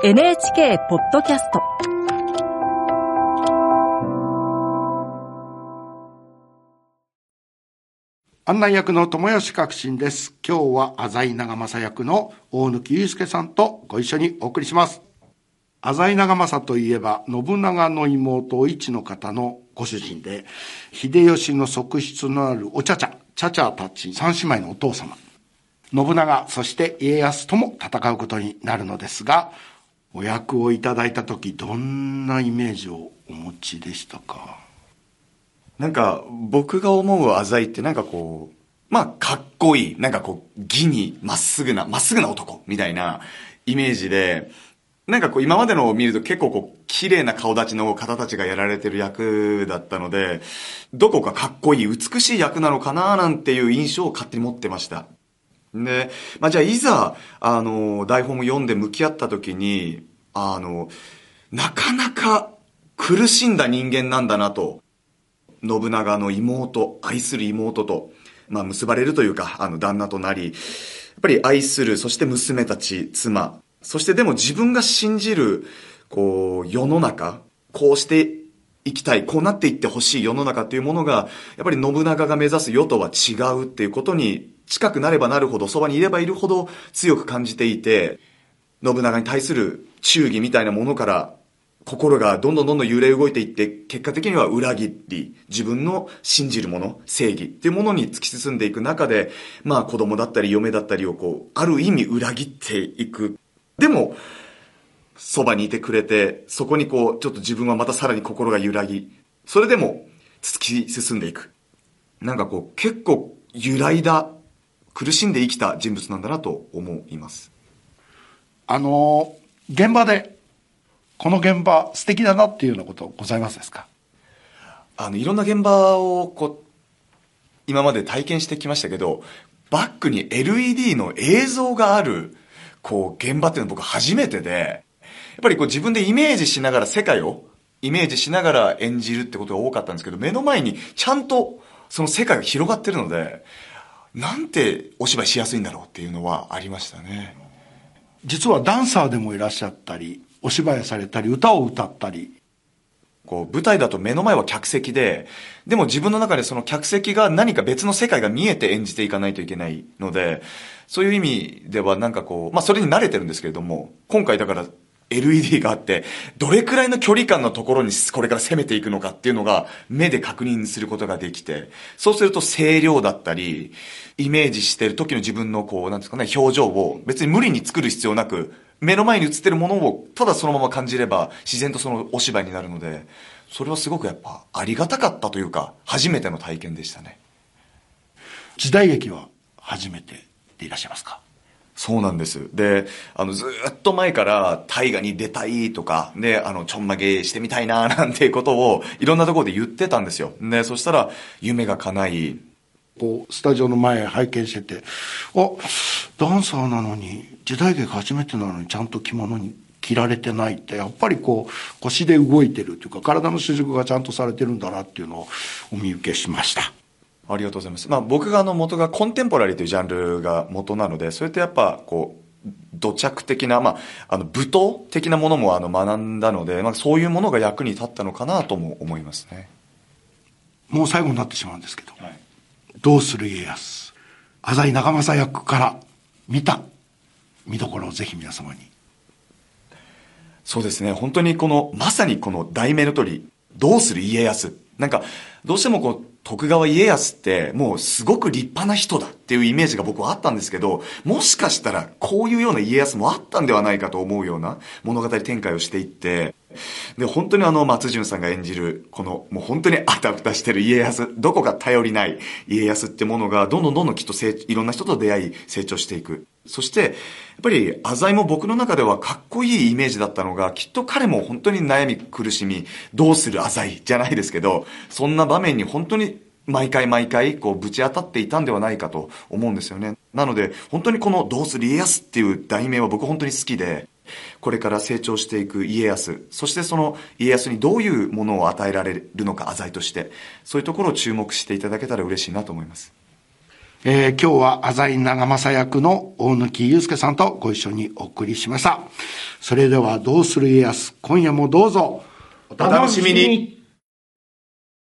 NHK ポッドキャスト。 案内役の友吉革新です。今日は浅井長政役の大貫勇介さんとご一緒にお送りします。浅井長政といえば信長の妹お市の方のご主人で、秀吉の側室のあるお茶々たち三姉妹のお父様、信長そして家康とも戦うことになるのですが、お役をいただいた時どんなイメージをお持ちでしたか？ なんか僕が思う浅井ってなんかこう、かっこいい、なんかこう義にまっすぐな男みたいなイメージで、なんかこう今までのを見ると結構こう綺麗な顔立ちの方たちがやられてる役だったので、どこかかっこいい美しい役なのかななんていう印象を勝手に持ってました。で、じゃあいざ台本を読んで向き合った時になかなか苦しんだ人間なんだなと。信長の妹、愛する妹と、結ばれるというか、旦那となり、やっぱり愛する、そして娘たち、妻、そしてでも自分が信じる、世の中、こうしていきたい、こうなっていってほしい世の中っていうものが、やっぱり信長が目指す世とは違うっていうことに、近くなればなるほど、そばにいればいるほど強く感じていて、信長に対する忠義みたいなものから、心がどんどん揺れ動いていって、結果的には裏切り、自分の信じるもの、正義っていうものに突き進んでいく中で、子供だったり嫁だったりをある意味裏切っていく。でも、そばにいてくれて、そこにちょっと自分はまたさらに心が揺らぎ、それでも突き進んでいく。なんか結構揺らいだ、苦しんで生きた人物なんだなと思います。 現場で、この現場素敵だなっていうようなことございますですか？ いろんな現場を今まで体験してきましたけど、バックに LED の映像がある現場っていうのは僕初めてで、やっぱり自分でイメージしながら世界をイメージしながら演じるってことが多かったんですけど、目の前にちゃんとその世界が広がってるので、なんてお芝居しやすいんだろうっていうのはありましたね。 実はダンサーでもいらっしゃったり、お芝居されたり、歌を歌ったり。 舞台だと目の前は客席で、でも自分の中でその客席が何か別の世界が見えて演じていかないといけないので、そういう意味ではなんかそれに慣れてるんですけれども、今回だから LED があって、どれくらいの距離感のところにこれから攻めていくのかっていうのが目で確認することができて、そうすると声量だったり、イメージしてる時の自分のなんですかね、表情を別に無理に作る必要なく、目の前に映ってるものをただそのまま感じれば自然とそのお芝居になるので、それはすごくやっぱありがたかったというか、初めての体験でしたね。 時代劇は初めてでいらっしゃいますか？ そうなんです。で、ずっと前から大河に出たいとか、で、ちょんまげしてみたいななんていうことをいろんなところで言ってたんですよ。で、そしたら夢が叶い、 スタジオの前拝見してて、ダンサーなのに、時代劇初めてなのにちゃんと着物に着られてないって、やっぱり腰で動いてるというか、体の主軸がちゃんとされてるんだなっていうのをお見受けしました。 ありがとうございます。僕が元がコンテンポラリーというジャンルが元なので、それってやっぱ土着的な、舞踏的なものも学んだので、そういうものが役に立ったのかなとも思いますね。 もう最後になってしまうんですけど、はい、どうする家康、浅井長政役から見た見どころをぜひ皆様に。 そうですね、本当にまさにこの題名の通り、どうする家康。なんか、どうしても徳川家康ってもうすごく立派な人だっていうイメージが僕はあったんですけど、もしかしたらこういうような家康もあったんではないかと思うような物語展開をしていって、で、本当に松潤さんが演じる、もう本当にあたふたしてる家康、どこか頼りない家康ってものが、どんどんきっといろんな人と出会い、成長していく。そして、やっぱり、浅井も僕の中ではかっこいいイメージだったのが、きっと彼も本当に悩み苦しみ、どうする浅井じゃないですけど、そんな場面に本当に毎回ぶち当たっていたんではないかと思うんですよね。なので、本当にどうする家康っていう題名は僕本当に好きで、これから成長していく家康、そしてその家康にどういうものを与えられるのか、浅井として、そういうところを注目していただけたら嬉しいなと思います。 今日は浅井長政役の大貫勇輔さんとご一緒にお送りしました。それではどうする家康、今夜もどうぞお楽しみに。